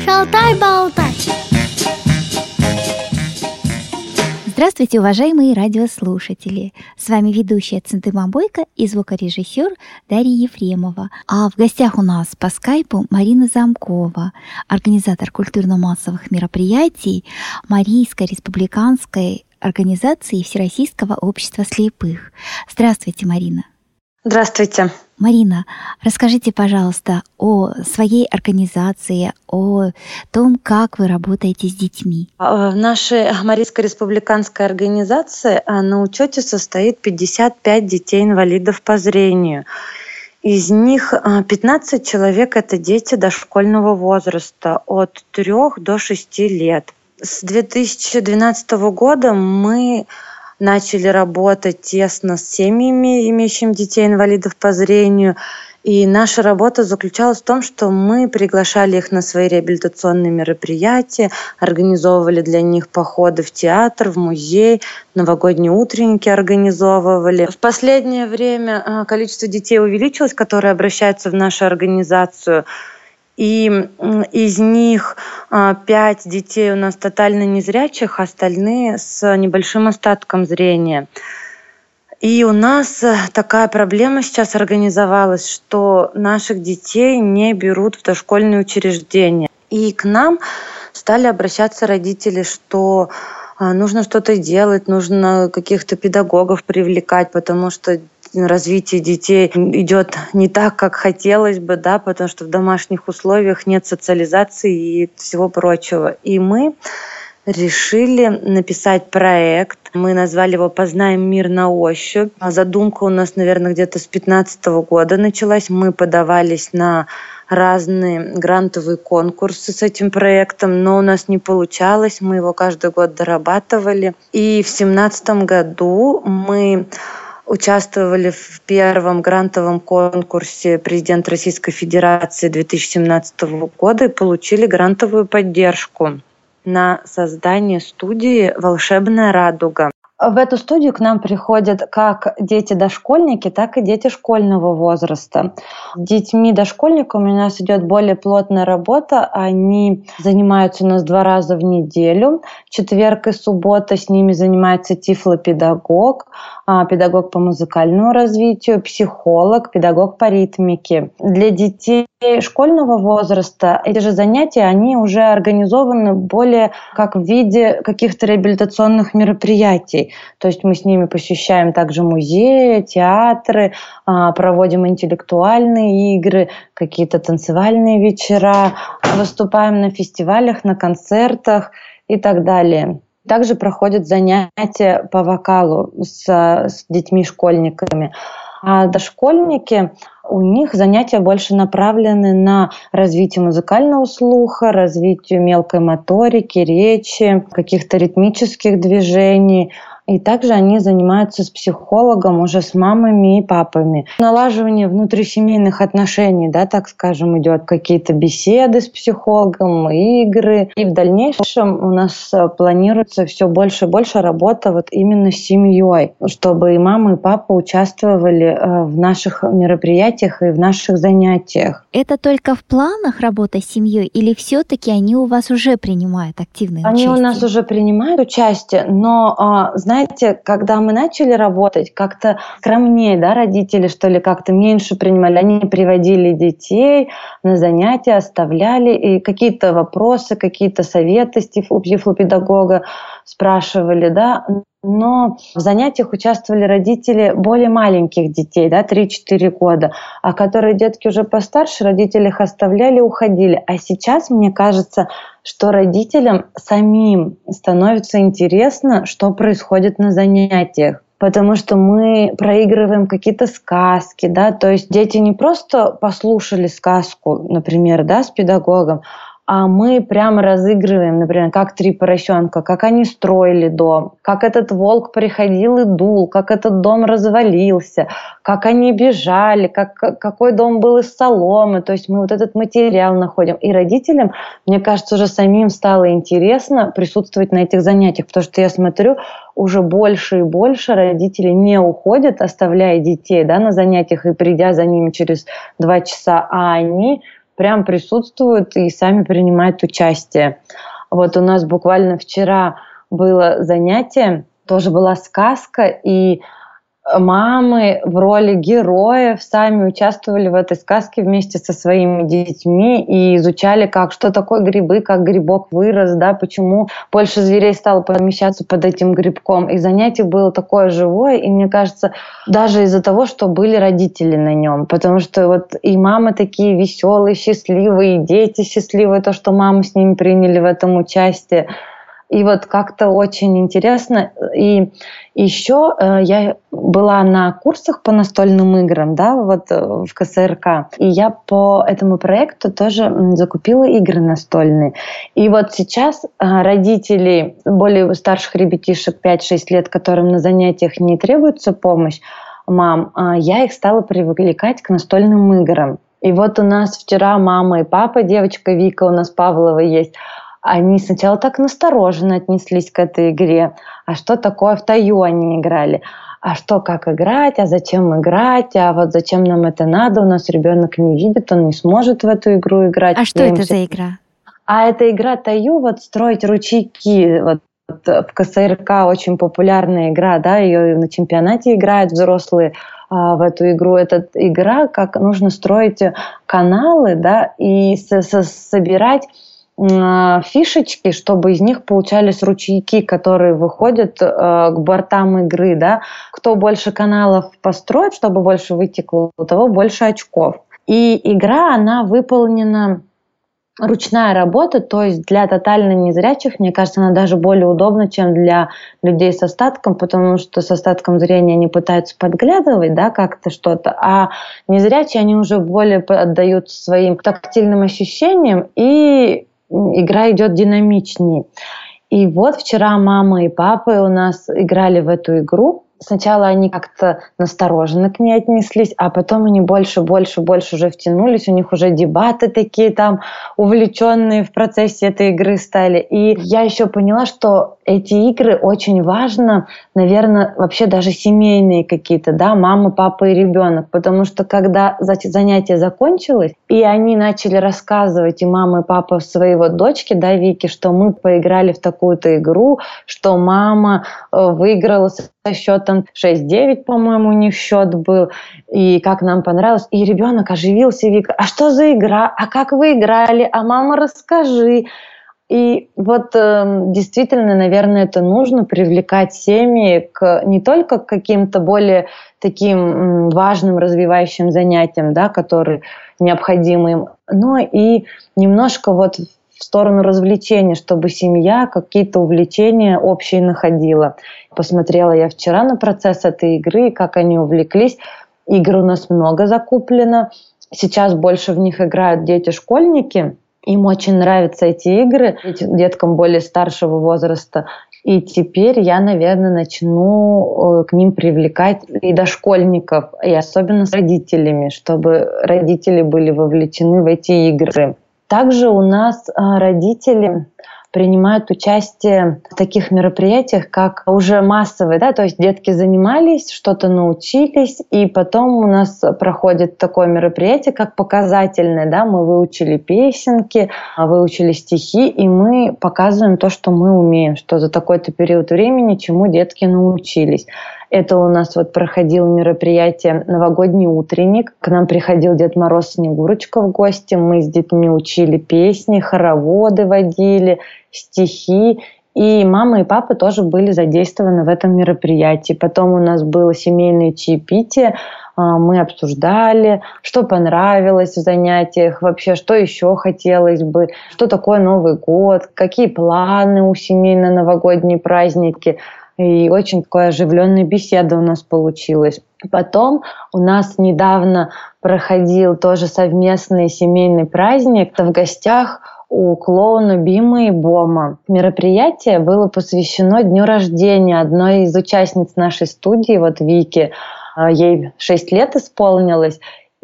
Шалтай-болтай. Здравствуйте, уважаемые радиослушатели! С вами ведущая Центыма Бойко и звукорежиссер Дарья Ефремова. А в гостях у нас по скайпу Марина Замкова, организатор культурно-массовых мероприятий Марийской республиканской организации Всероссийского общества слепых. Здравствуйте, Марина! Здравствуйте. Марина, расскажите, пожалуйста, о своей организации, о том, как вы работаете с детьми. В нашей Марийской республиканской организации на учете состоит 55 детей-инвалидов по зрению. Из них 15 человек – это дети дошкольного возраста от 3 до 6 лет. С 2012 года мы начали работать тесно с семьями, имеющими детей-инвалидов по зрению. И наша работа заключалась в том, что мы приглашали их на свои реабилитационные мероприятия, организовывали для них походы в театр, в музей, новогодние утренники организовывали. В последнее время количество детей увеличилось, которые обращаются в нашу организацию. И из них 5 детей у нас тотально незрячих, остальные с небольшим остатком зрения. И у нас такая проблема сейчас организовалась, что наших детей не берут в дошкольные учреждения. И к нам стали обращаться родители, что нужно что-то делать, нужно каких-то педагогов привлекать, потому что развитие детей идет не так, как хотелось бы, да, потому что в домашних условиях нет социализации и всего прочего. И мы решили написать проект. Мы назвали его «Познаем мир на ощупь». Задумка у нас, наверное, где-то с 2015 года началась. Мы подавались на разные грантовые конкурсы с этим проектом, но у нас не получалось. Мы его каждый год дорабатывали. И в 2017 году мы участвовали в первом грантовом конкурсе «Президент Российской Федерации» 2017 года и получили грантовую поддержку на создание студии «Волшебная радуга». В эту студию к нам приходят как дети-дошкольники, так и дети школьного возраста. С детьми-дошкольниками у нас идет более плотная работа. Они занимаются у нас 2 раза в неделю. Четверг и суббота с ними занимается тифлопедагог, педагог по музыкальному развитию, психолог, педагог по ритмике. Для детей школьного возраста эти же занятия, они уже организованы более как в виде каких-то реабилитационных мероприятий. То есть мы с ними посещаем также музеи, театры, проводим интеллектуальные игры, какие-то танцевальные вечера, выступаем на фестивалях, на концертах и так далее. Также проходят занятия по вокалу с детьми-школьниками. А дошкольники, у них занятия больше направлены на развитие музыкального слуха, развитие мелкой моторики, речи, каких-то ритмических движений. И также они занимаются с психологом, уже с мамами и папами. Налаживание внутрисемейных отношений, да, так скажем, идет какие-то беседы с психологом, игры. И в дальнейшем у нас планируется все больше и больше работа вот именно с семьей, чтобы и мама, и папа участвовали в наших мероприятиях и в наших занятиях. Это только в планах работа с семьей или все-таки они у вас уже принимают активное участие? Они у нас уже принимают участие, но, знаете, когда мы начали работать, как-то скромнее, да, родители, что ли, как-то меньше принимали. Они приводили детей на занятия, оставляли, и какие-то вопросы, какие-то советы тифлопедагога спрашивали, да. Но в занятиях участвовали родители более маленьких детей, да, 3-4 года, а которые детки уже постарше, родители их оставляли, уходили. А сейчас, мне кажется, что родителям самим становится интересно, что происходит на занятиях. Потому что мы проигрываем какие-то сказки, да, то есть дети не просто послушали сказку, например, да, с педагогом, а мы прямо разыгрываем, например, как 3 поросенка, как они строили дом, как этот волк приходил и дул, как этот дом развалился, как они бежали, какой дом был из соломы. То есть мы вот этот материал находим. И родителям, мне кажется, уже самим стало интересно присутствовать на этих занятиях, потому что я смотрю, уже больше и больше родители не уходят, оставляя детей, да, на занятиях и придя за ними через 2 часа, а они прям присутствуют и сами принимают участие. Вот у нас буквально вчера было занятие, тоже была сказка, и мамы в роли героев сами участвовали в этой сказке вместе со своими детьми и изучали, что такое грибы, как грибок вырос, да, почему больше зверей стало помещаться под этим грибком. И занятие было такое живое, и мне кажется, даже из-за того, что были родители на нем, потому что вот и мамы такие веселые, счастливые, и дети счастливые, то, что мамы с ними приняли в этом участие. И вот как-то очень интересно. И еще я была на курсах по настольным играм, да, вот в КСРК. И я по этому проекту тоже закупила игры настольные. И вот сейчас родители более старших ребятишек 5-6 лет, которым на занятиях не требуется помощь мам, я их стала привлекать к настольным играм. И вот у нас вчера мама и папа, девочка Вика у нас Павлова есть, они сначала так настороженно отнеслись к этой игре. А что такое в таю они играли? А что, как играть? А зачем играть? А вот зачем нам это надо? У нас ребенок не видит, он не сможет в эту игру играть. А что это за игра? А это игра таю, вот строить ручейки. Вот в КСРК очень популярная игра, да, ее на чемпионате играют взрослые в эту игру. Это игра, как нужно строить каналы, да, и собирать фишечки, чтобы из них получались ручейки, которые выходят к бортам игры, да. Кто больше каналов построит, чтобы больше вытекло, у того больше очков. И игра, она выполнена ручная работа, то есть для тотально незрячих, мне кажется, она даже более удобна, чем для людей с остатком, потому что с остатком зрения они пытаются подглядывать, да, как-то что-то, а незрячие, они уже более отдают своим тактильным ощущениям, и игра идет динамичнее. И вот вчера мама и папа у нас играли в эту игру. Сначала они как-то настороженно к ней отнеслись, а потом они больше уже втянулись, у них уже дебаты такие там увлеченные в процессе этой игры стали. И я еще поняла, что эти игры очень важно, наверное, вообще даже семейные какие-то, да, мама, папа и ребенок, потому что когда занятие закончилось, и они начали рассказывать, и мама, и папа своей вот дочке, да, Вике, что мы поиграли в такую-то игру, что мама выиграла со счетом 6-9, по-моему, у них счет был, и как нам понравилось. И ребенок оживился, Вика, а что за игра? А как вы играли? А мама, расскажи. И вот действительно, наверное, это нужно привлекать семьи не только к каким-то более таким важным развивающим занятиям, да, которые необходимы им, но и немножко вот в сторону развлечения, чтобы семья какие-то увлечения общие находила. Посмотрела я вчера на процесс этой игры, как они увлеклись. Игр у нас много закуплено. Сейчас больше в них играют дети-школьники. Им очень нравятся эти игры, деткам более старшего возраста. И теперь я, наверное, начну к ним привлекать и дошкольников, и особенно с родителями, чтобы родители были вовлечены в эти игры. Также у нас родители принимают участие в таких мероприятиях, как уже массовые, да, то есть детки занимались, что-то научились, и потом у нас проходит такое мероприятие, как показательное, да, мы выучили песенки, выучили стихи, и мы показываем то, что мы умеем, что за такой-то период времени, чему детки научились. Это у нас вот проходило мероприятие «Новогодний утренник». К нам приходил Дед Мороз, Снегурочка в гости. Мы с детьми учили песни, хороводы водили, стихи. И мама и папа тоже были задействованы в этом мероприятии. Потом у нас было семейное чаепитие. Мы обсуждали, что понравилось в занятиях, вообще, что еще хотелось бы, что такое Новый год, какие планы у семей на новогодние праздники. И очень такая оживленная беседа у нас получилась. Потом у нас недавно проходил тоже совместный семейный праздник. В гостях у клоуна Бимы и Бома. Мероприятие было посвящено дню рождения одной из участниц нашей студии, вот Вики. Ей 6 лет исполнилось.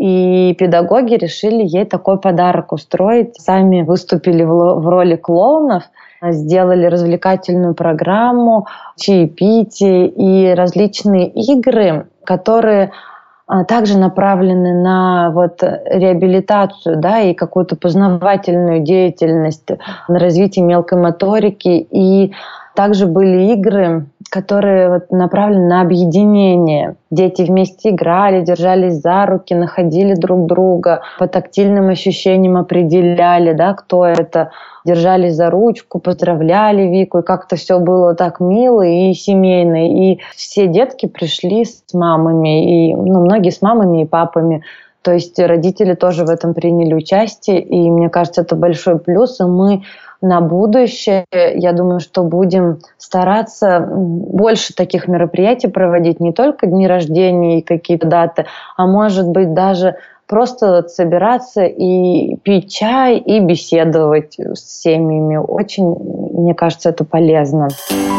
И педагоги решили ей такой подарок устроить. Сами выступили в роли клоунов, сделали развлекательную программу, чаепитие и различные игры, которые также направлены на реабилитацию, да, и какую-то познавательную деятельность, на развитие мелкой моторики. И также были игры, которые направлены на объединение. Дети вместе играли, держались за руки, находили друг друга, по тактильным ощущениям определяли, да, кто это. Держались за ручку, поздравляли Вику, и как-то все было так мило и семейно. И все детки пришли с мамами, и многие с мамами и папами. То есть родители тоже в этом приняли участие, и мне кажется, это большой плюс. И мы на будущее, я думаю, что будем стараться больше таких мероприятий проводить, не только дни рождения и какие-то даты, а может быть даже просто собираться и пить чай и беседовать с семьями. Очень, мне кажется, это полезно.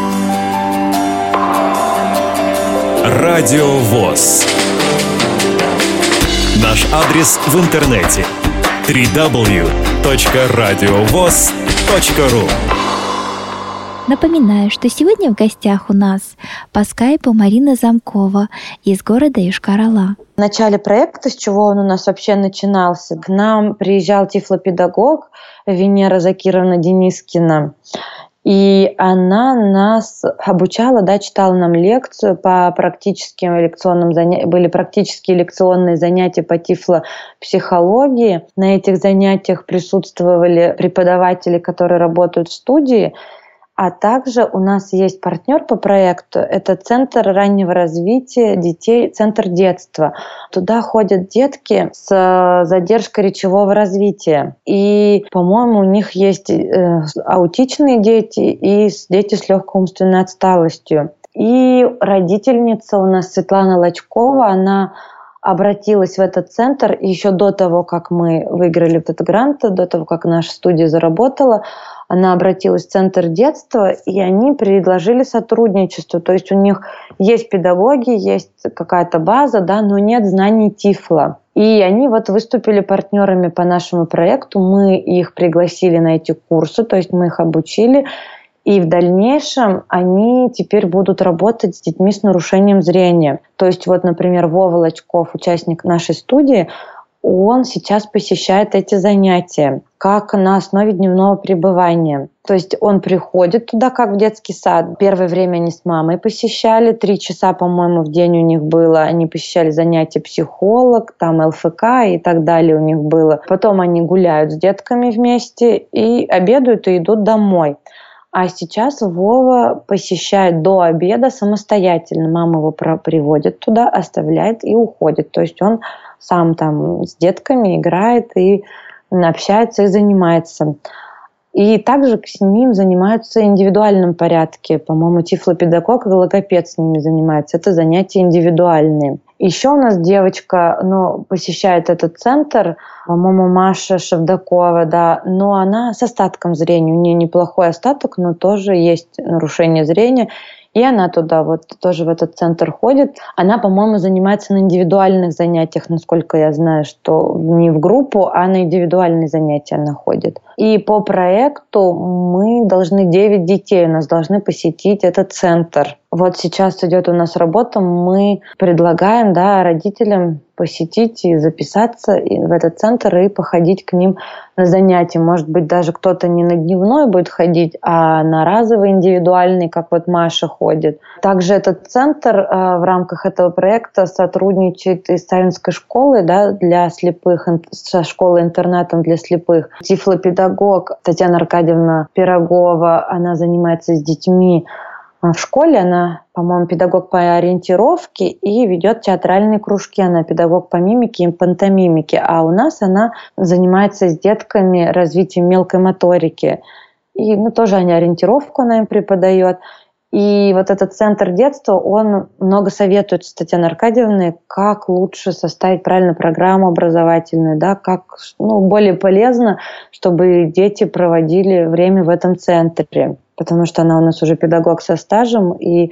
Радио ВОС. Наш адрес в интернете www.radiovoz.ru. Напоминаю, что сегодня в гостях у нас по скайпу Марина Замкова из города Йошкар-Ола. В начале проекта, с чего он у нас вообще начинался, к нам приезжал тифлопедагог Венера Закировна Денискина, и она нас обучала, да, читала нам лекцию по практическим лекционным занятиям. Были практические лекционные занятия по тифлопсихологии. На этих занятиях присутствовали преподаватели, которые работают в студии. А также у нас есть партнер по проекту. Это Центр раннего развития детей, Центр детства. Туда ходят детки с задержкой речевого развития. И, по-моему, у них есть аутичные дети и дети с легкой умственной отсталостью. И родительница у нас Светлана Лачкова, она обратилась в этот центр еще до того, как мы выиграли этот грант, до того, как наша студия заработала. Она обратилась в Центр детства, и они предложили сотрудничество. То есть у них есть педагоги, есть какая-то база, да, но нет знаний тифла. И они выступили партнерами по нашему проекту. Мы их пригласили на эти курсы, то есть мы их обучили. И в дальнейшем они теперь будут работать с детьми с нарушением зрения. То есть например, Вова Лачков, участник нашей студии, он сейчас посещает эти занятия как на основе дневного пребывания. То есть он приходит туда, как в детский сад. Первое время они с мамой посещали, 3 часа, по-моему, в день у них было. Они посещали занятия психолог, там ЛФК и так далее у них было. Потом они гуляют с детками вместе и обедают и идут домой. А сейчас Вова посещает до обеда самостоятельно. Мама его приводит туда, оставляет и уходит. То есть он сам там с детками играет и общается и занимается. И также с ним занимаются в индивидуальном порядке. По-моему, тифлопедагог и логопед с ними занимаются. Это занятия индивидуальные. Еще у нас девочка, посещает этот центр, по-моему, Маша Шевдакова, да, но она с остатком зрения. У нее неплохой остаток, но тоже есть нарушение зрения. И она туда тоже в этот центр ходит. Она, по-моему, занимается на индивидуальных занятиях, насколько я знаю, что не в группу, а на индивидуальные занятия она ходит. И по проекту мы должны 9 детей у нас должны посетить этот центр. Сейчас идет у нас работа, мы предлагаем, да, родителям посетить и записаться в этот центр и походить к ним на занятия. Может быть, даже кто-то не на дневной будет ходить, а на разовый индивидуальный, как Маша ходит. Также этот центр в рамках этого проекта сотрудничает и с Савинской школой, да, для слепых, со школой-интернатом для слепых. Тифлопедагог Татьяна Аркадьевна Пирогова, она занимается с детьми в школе, она, по-моему, педагог по ориентировке и ведет театральные кружки. Она педагог по мимике и пантомимике. А у нас она занимается с детками развитием мелкой моторики. И тоже ориентировку она им преподает. И этот Центр детства, он много советует с Татьяной Аркадьевной, как лучше составить правильно программу образовательную, да, как более полезно, чтобы дети проводили время в этом центре. Потому что она у нас уже педагог со стажем, и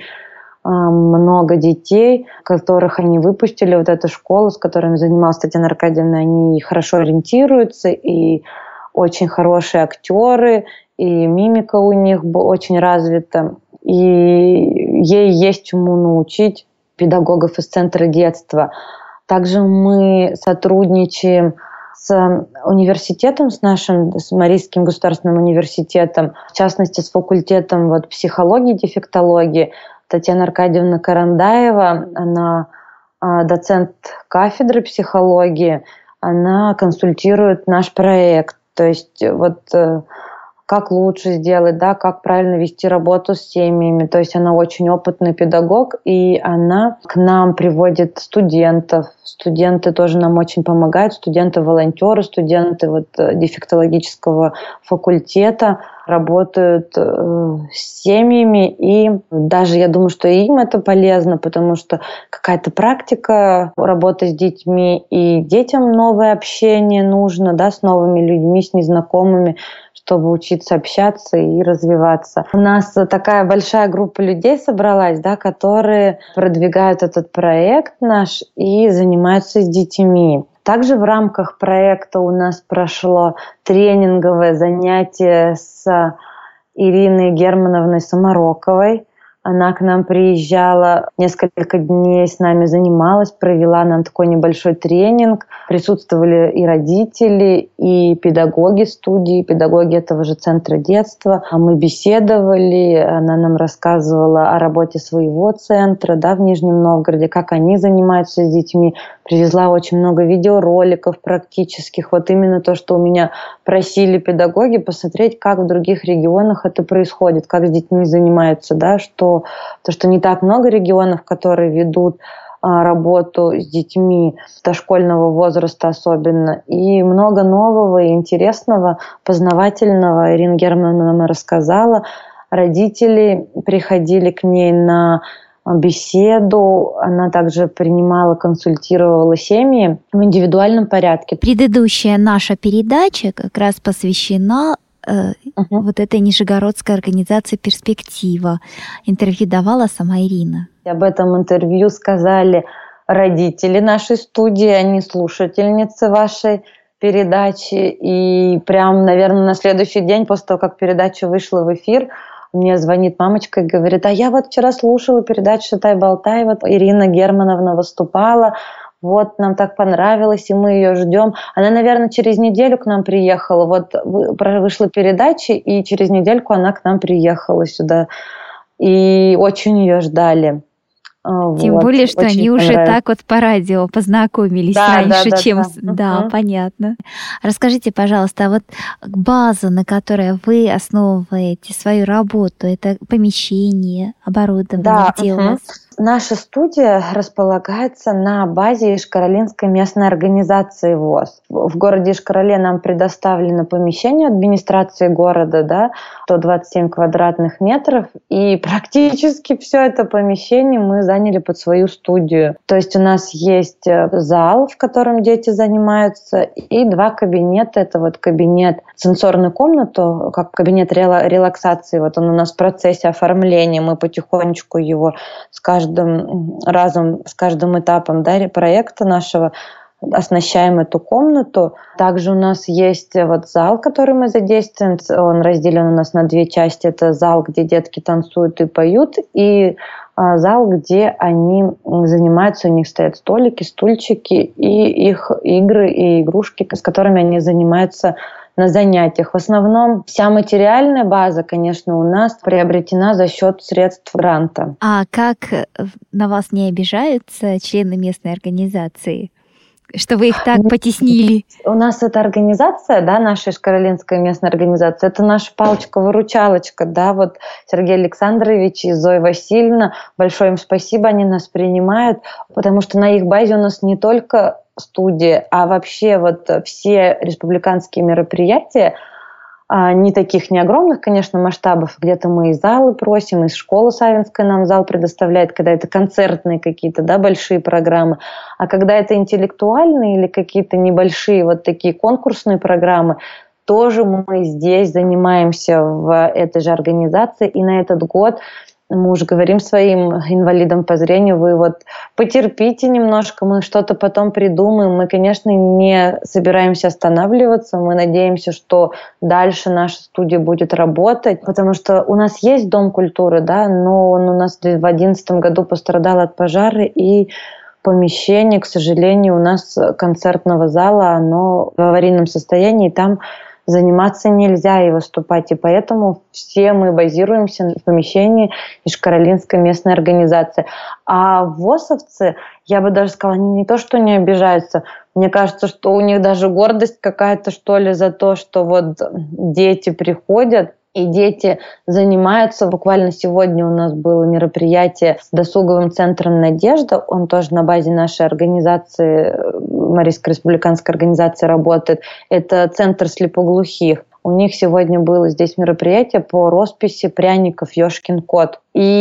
много детей, которых они выпустили, эту школу, с которыми занималась Татьяна Аркадьевна, они хорошо ориентируются, и очень хорошие актеры, и мимика у них очень развита. И ей есть чему научить педагогов из Центра детства. Также мы сотрудничаем с университетом, с Марийским государственным университетом, в частности, с факультетом психологии и дефектологии. Татьяна Аркадьевна Карандаева, она доцент кафедры психологии, она консультирует наш проект. То есть как лучше сделать, да, как правильно вести работу с семьями. То есть она очень опытный педагог, и она к нам приводит студентов. Студенты тоже нам очень помогают, студенты-волонтеры, студенты дефектологического факультета работают с семьями, и даже я думаю, что им это полезно, потому что какая-то практика работы с детьми, и детям новое общение нужно, да, с новыми людьми, с незнакомыми, чтобы учиться общаться и развиваться. У нас такая большая группа людей собралась, да, которые продвигают этот проект наш и занимаются с детьми. Также в рамках проекта у нас прошло тренинговое занятие с Ириной Германовной Самароковой. Она к нам приезжала, несколько дней с нами занималась, провела нам такой небольшой тренинг. Присутствовали и родители, и педагоги студии, педагоги этого же центра детства. Мы беседовали, она нам рассказывала о работе своего центра, да, в Нижнем Новгороде, как они занимаются с детьми. Привезла очень много видеороликов практических. Именно то, что у меня просили педагоги посмотреть, как в других регионах это происходит, как с детьми занимаются, да, что не так много регионов, которые ведут работу с детьми дошкольного возраста особенно. И много нового и интересного, познавательного Ирина Германовна нам рассказала. Родители приходили к ней на беседу, она также принимала, консультировала семьи в индивидуальном порядке. Предыдущая наша передача как раз посвящена этой нижегородской организации «Перспектива». Интервью давала сама Ирина. Об этом интервью сказали родители нашей студии, они слушательницы вашей передачи. И прям, наверное, на следующий день после того, как передача вышла в эфир, мне звонит мамочка и говорит: а я вчера слушала передачу «Шатай-болтай», Ирина Германовна выступала, нам так понравилось, и мы ее ждем. Она, наверное, через неделю к нам приехала. Вышла передача, и через недельку она к нам приехала сюда. И очень ее ждали. Тем более, что они уже так по радио познакомились раньше, чем... Да, понятно. Расскажите, пожалуйста, база, на которой вы основываете свою работу, это помещение, оборудование, где у вас? Наша студия располагается на базе Ишкаролинской местной организации ВОС. В городе Ишкароле нам предоставлено помещение администрации города, да, 127 квадратных метров, и практически все это помещение мы заняли под свою студию. То есть у нас есть зал, в котором дети занимаются, и 2 кабинета. Это кабинет, сенсорную комнату, как кабинет релаксации. Он у нас в процессе оформления, мы потихонечку его с каждым разом, с каждым этапом, да, проекта нашего оснащаем эту комнату. Также у нас есть зал, который мы задействуем. Он разделен у нас на 2 части. Это зал, где детки танцуют и поют, и зал, где они занимаются, у них стоят столики, стульчики и их игры и игрушки, с которыми они занимаются на занятиях. В основном вся материальная база, конечно, у нас приобретена за счет средств гранта. А как на вас не обижаются члены местной организации, что вы их так потеснили? У нас эта организация, да, наша Ишкаролинская местная организация, это наша палочка-выручалочка, да, Сергей Александрович и Зоя Васильевна, большое им спасибо, они нас принимают, потому что на их базе у нас не только студия, а вообще все республиканские мероприятия, не таких, не огромных, конечно, масштабов. Где-то мы и залы просим, и школа Савинская нам зал предоставляет, когда это концертные какие-то, да, большие программы. А когда это интеллектуальные или какие-то небольшие такие конкурсные программы, тоже мы здесь занимаемся в этой же организации. И на этот год мы уже говорим своим инвалидам по зрению: вы потерпите немножко, мы что-то потом придумаем. Мы, конечно, не собираемся останавливаться, мы надеемся, что дальше наша студия будет работать, потому что у нас есть Дом культуры, да, но он у нас в 2011 году пострадал от пожара, и помещение, к сожалению, у нас концертного зала, оно в аварийном состоянии, там заниматься нельзя и выступать. И поэтому все мы базируемся в помещении Иш-Каролинской местной организации. А ВОСовцы, я бы даже сказала, они не то, что не обижаются, мне кажется, что у них даже гордость какая-то, что ли, за то, что вот дети приходят, и дети занимаются. Буквально сегодня у нас было мероприятие с досуговым центром «Надежда». Он тоже на базе нашей организации, Марийской республиканской организации, работает. Это центр слепоглухих. У них сегодня было здесь мероприятие по росписи пряников «Ёшкин кот».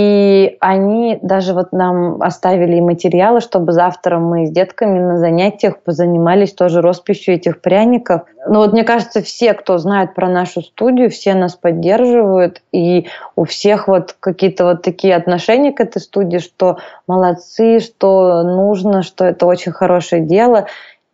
И они даже вот нам оставили материалы, чтобы завтра мы с детками на занятиях позанимались тоже росписью этих пряников. Ну вот мне кажется, все, кто знает про нашу студию, все нас поддерживают. И у всех вот какие-то вот такие отношения к этой студии, что молодцы, что нужно, что это очень хорошее дело.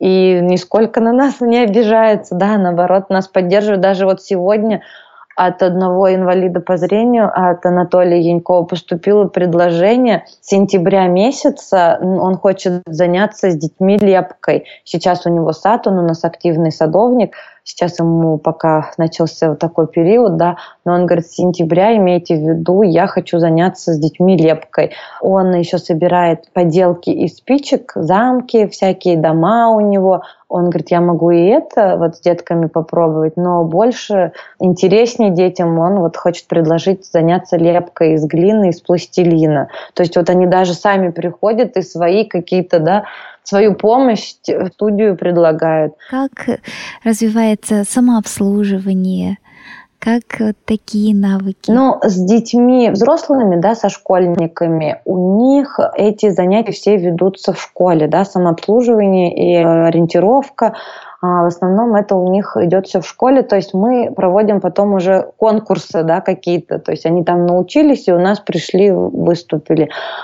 И нисколько на нас не обижается, да, наоборот, нас поддерживают. Даже вот сегодня от одного инвалида по зрению, от Анатолия Янькова, поступило предложение с сентября месяца. Он хочет заняться с детьми лепкой. Сейчас у него сад, он у нас активный садовник. Сейчас ему пока начался вот такой период, да, но он говорит, с сентября, имейте в виду, я хочу заняться с детьми лепкой. Он еще собирает поделки из спичек, замки, всякие дома у него. Он говорит, я могу и это вот с детками попробовать, но больше интереснее детям он вот хочет предложить заняться лепкой из глины, из пластилина. То есть вот они даже сами приходят и свои какие-то, да, свою помощь в студию предлагают. Как развивается самообслуживание? Как такие навыки? Ну, с детьми взрослыми, да, со школьниками, у них эти занятия все ведутся в школе, да, самообслуживание и ориентировка. В основном это у них идет все в школе, то есть мы проводим потом уже конкурсы, да, какие-то, то есть они там научились и у нас пришли, выступили.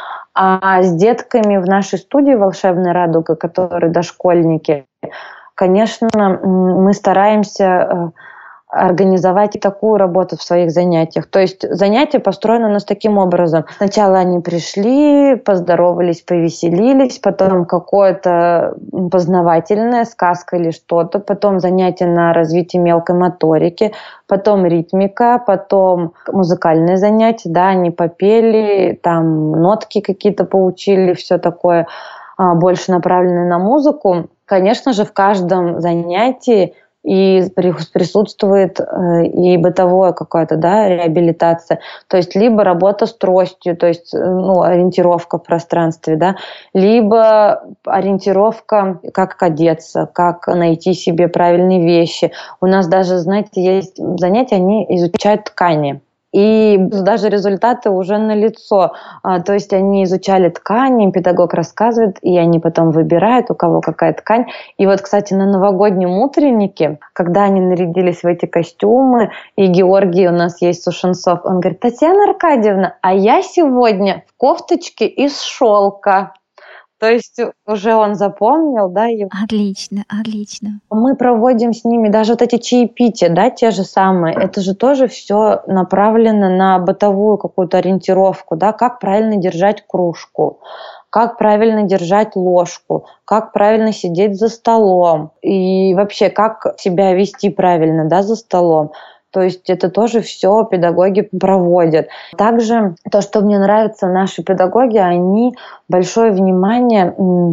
А с детками в нашей студии «Волшебная радуга», которые дошкольники, конечно, мы стараемся организовать такую работу в своих занятиях. То есть занятия построены у нас таким образом. Сначала они пришли, поздоровались, повеселились, потом какое-то познавательная сказка или что-то, потом занятия на развитие мелкой моторики, потом ритмика, потом музыкальные занятия, да, они попели, там нотки какие-то поучили, все такое больше направленное на музыку. Конечно же, в каждом занятии и присутствует и бытовое какое-то, да, реабилитация. То есть либо работа с тростью, то есть ориентировка в пространстве, да, либо ориентировка, как одеться, как найти себе правильные вещи. У нас даже, знаете, есть занятия, они изучают ткани. И даже результаты уже налицо. То есть они изучали ткани, педагог рассказывает, и они потом выбирают, у кого какая ткань. И вот, кстати, на новогоднем утреннике, когда они нарядились в эти костюмы, и Георгий у нас есть Сушенцов, он говорит, Татьяна Аркадьевна, а я сегодня в кофточке из шелка. То есть уже он запомнил, да? Отлично, отлично. Мы проводим с ними даже вот эти чаепития, да, те же самые. Это же тоже все направлено на бытовую какую-то ориентировку, да, как правильно держать кружку, как правильно держать ложку, как правильно сидеть за столом и вообще как себя вести правильно, да, за столом. То есть это тоже все педагоги проводят. Также то, что мне нравится, наши педагоги, они большое внимание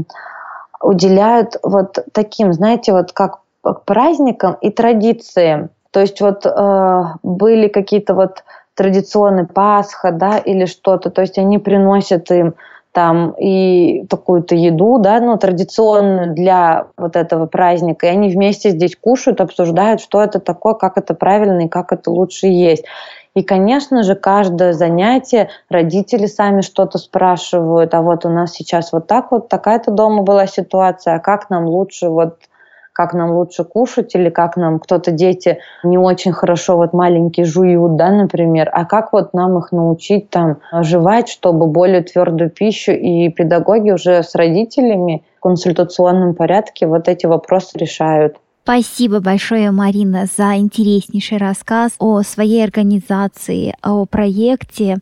уделяют вот таким, знаете, вот как праздникам и традициям. То есть вот были какие-то вот традиционные Пасха, да, или что-то, то есть они приносят им там и такую-то еду, да, традиционную для вот этого праздника, и они вместе здесь кушают, обсуждают, что это такое, как это правильно и как это лучше есть. И, конечно же, каждое занятие родители сами что-то спрашивают, а вот у нас сейчас вот так вот, такая-то дома была ситуация, а как нам лучше кушать, или как нам кто-то, дети не очень хорошо вот маленькие жуют, да, например, а как вот нам их научить там жевать, чтобы более твердую пищу, и педагоги уже с родителями в консультационном порядке вот эти вопросы решают. Спасибо большое, Марина, за интереснейший рассказ о своей организации, о проекте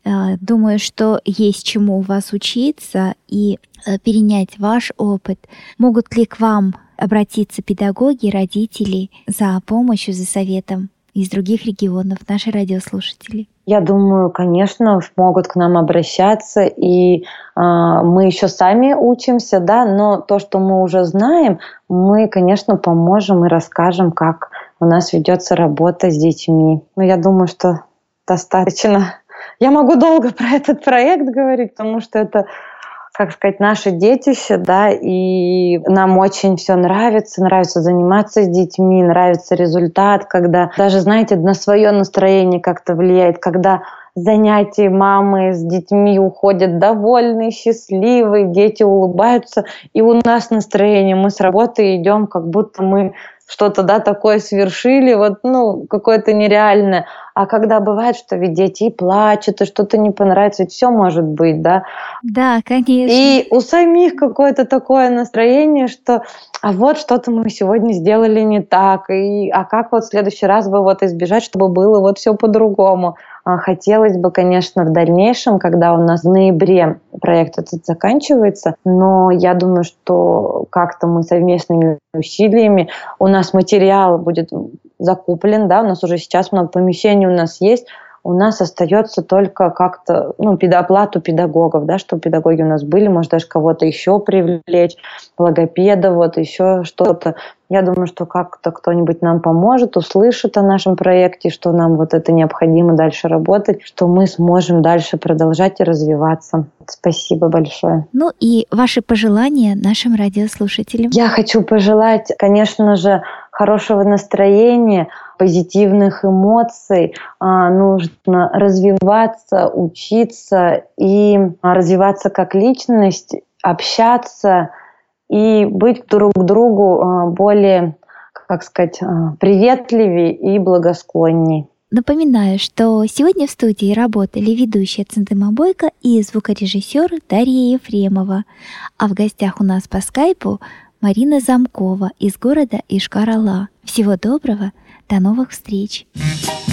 Думаю, что есть чему у вас учиться и перенять ваш опыт. Могут ли к вам обратиться педагоги, родители за помощью, за советом из других регионов, наши радиослушатели? Я думаю, конечно, могут к нам обращаться, и мы еще сами учимся, да, но то, что мы уже знаем, мы, конечно, поможем и расскажем, как у нас ведется работа с детьми. Но я думаю, что достаточно. Я могу долго про этот проект говорить, потому что это, как сказать, наше детище, да, и нам очень все нравится заниматься с детьми, нравится результат, когда даже, знаете, на свое настроение как-то влияет, когда занятия мамы с детьми уходят довольные, счастливые, дети улыбаются, и у нас настроение, мы с работы идем, как будто мы что-то, да, такое совершили, какое-то нереальное. А когда бывает, что ведь дети и плачут, и что-то не понравится, ведь все может быть, да? Да, конечно. И у самих какое-то такое настроение, что а вот что-то мы сегодня сделали не так, а как вот в следующий раз бы избежать, чтобы было вот все по-другому. Хотелось бы, конечно, в дальнейшем, когда у нас в ноябре проект этот заканчивается, но я думаю, что как-то мы совместными усилиями, у нас материал будет закуплен, да, у нас уже сейчас много помещений у нас есть, у нас остается только как-то оплату педагогов, да, чтобы педагоги у нас были, может даже кого-то еще привлечь, логопеда, еще что-то. Я думаю, что как-то кто-нибудь нам поможет, услышит о нашем проекте, что нам это необходимо дальше работать, что мы сможем дальше продолжать и развиваться. Спасибо большое. И ваши пожелания нашим радиослушателям? Я хочу пожелать, конечно же, хорошего настроения, позитивных эмоций. Нужно развиваться, учиться и развиваться как личность, общаться и быть друг к другу более, приветливее и благосклонней. Напоминаю, что сегодня в студии работали ведущая Центыма Бойко и звукорежиссер Дарья Ефремова, а в гостях у нас по скайпу Марина Замкова из города Йошкар-Ола. Всего доброго, до новых встреч!